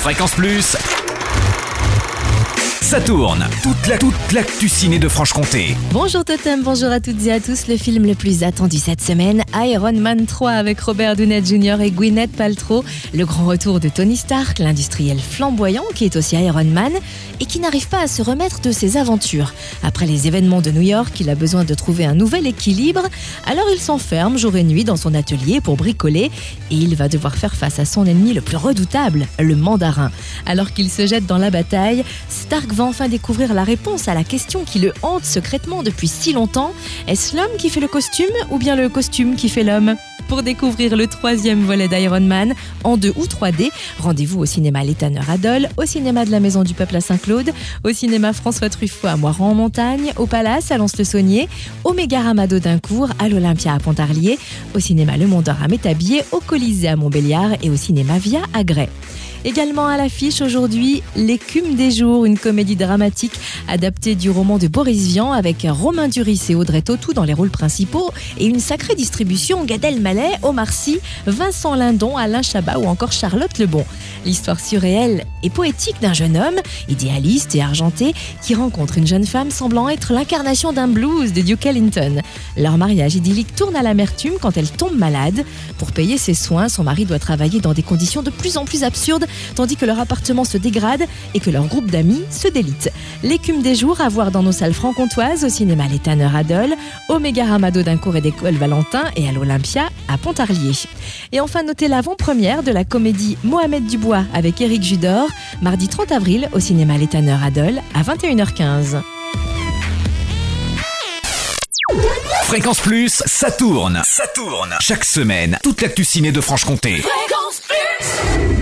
Fréquence Plus, ça tourne. Toute l'actu ciné de Franche-Comté. Bonjour Totem, bonjour à toutes et à tous. Le film le plus attendu cette semaine, Iron Man 3 avec Robert Downey Jr. et Gwyneth Paltrow. Le grand retour de Tony Stark, l'industriel flamboyant qui est aussi Iron Man et qui n'arrive pas à se remettre de ses aventures. Après les événements de New York, il a besoin de trouver un nouvel équilibre. Alors il s'enferme jour et nuit dans son atelier pour bricoler et il va devoir faire face à son ennemi le plus redoutable, le mandarin. Alors qu'il se jette dans la bataille, Stark va enfin découvrir la réponse à la question qui le hante secrètement depuis si longtemps. Est-ce l'homme qui fait le costume ou bien le costume qui fait l'homme ? Pour découvrir le 3e volet d'Iron Man en 2 ou 3D, rendez-vous au cinéma L'Étanneur à Dole, au cinéma de la Maison du Peuple à Saint-Claude, au cinéma François Truffaut à Moiran-en-Montagne, au Palace à Lons-le-Saunier, au Méga-Rama d'Audincourt, à l'Olympia à Pontarlier, au cinéma Le Mont d'Or à Métabier, au Colisée à Montbéliard et au cinéma Via à Grès. Également à l'affiche aujourd'hui, L'écume des jours, une comédie dramatique adaptée du roman de Boris Vian avec Romain Duris et Audrey Tautou dans les rôles principaux et une sacrée distribution Gad Elmaleh, Omar Sy, Vincent Lindon, Alain Chabat ou encore Charlotte Lebon. L'histoire surréelle et poétique d'un jeune homme, idéaliste et argenté, qui rencontre une jeune femme semblant être l'incarnation d'un blues de Duke Ellington. Leur mariage idyllique tourne à l'amertume quand elle tombe malade. Pour payer ses soins, son mari doit travailler dans des conditions de plus en plus absurdes, tandis que leur appartement se dégrade et que leur groupe d'amis se délite. L'écume des jours à voir dans nos salles franc-comtoises, au cinéma L'Étanneur à Dole, au Méga-Rama d'Audincourt et d'École Valentin et à l'Olympia à Pontarlier. Et enfin, notez l'avant-première de la comédie Mohamed Dubois avec Éric Judor, mardi 30 avril au cinéma L'Étanneur à Dole à 21h15. Fréquence Plus, ça tourne. Chaque semaine, toute l'actu ciné de Franche-Comté. Fréquence Plus.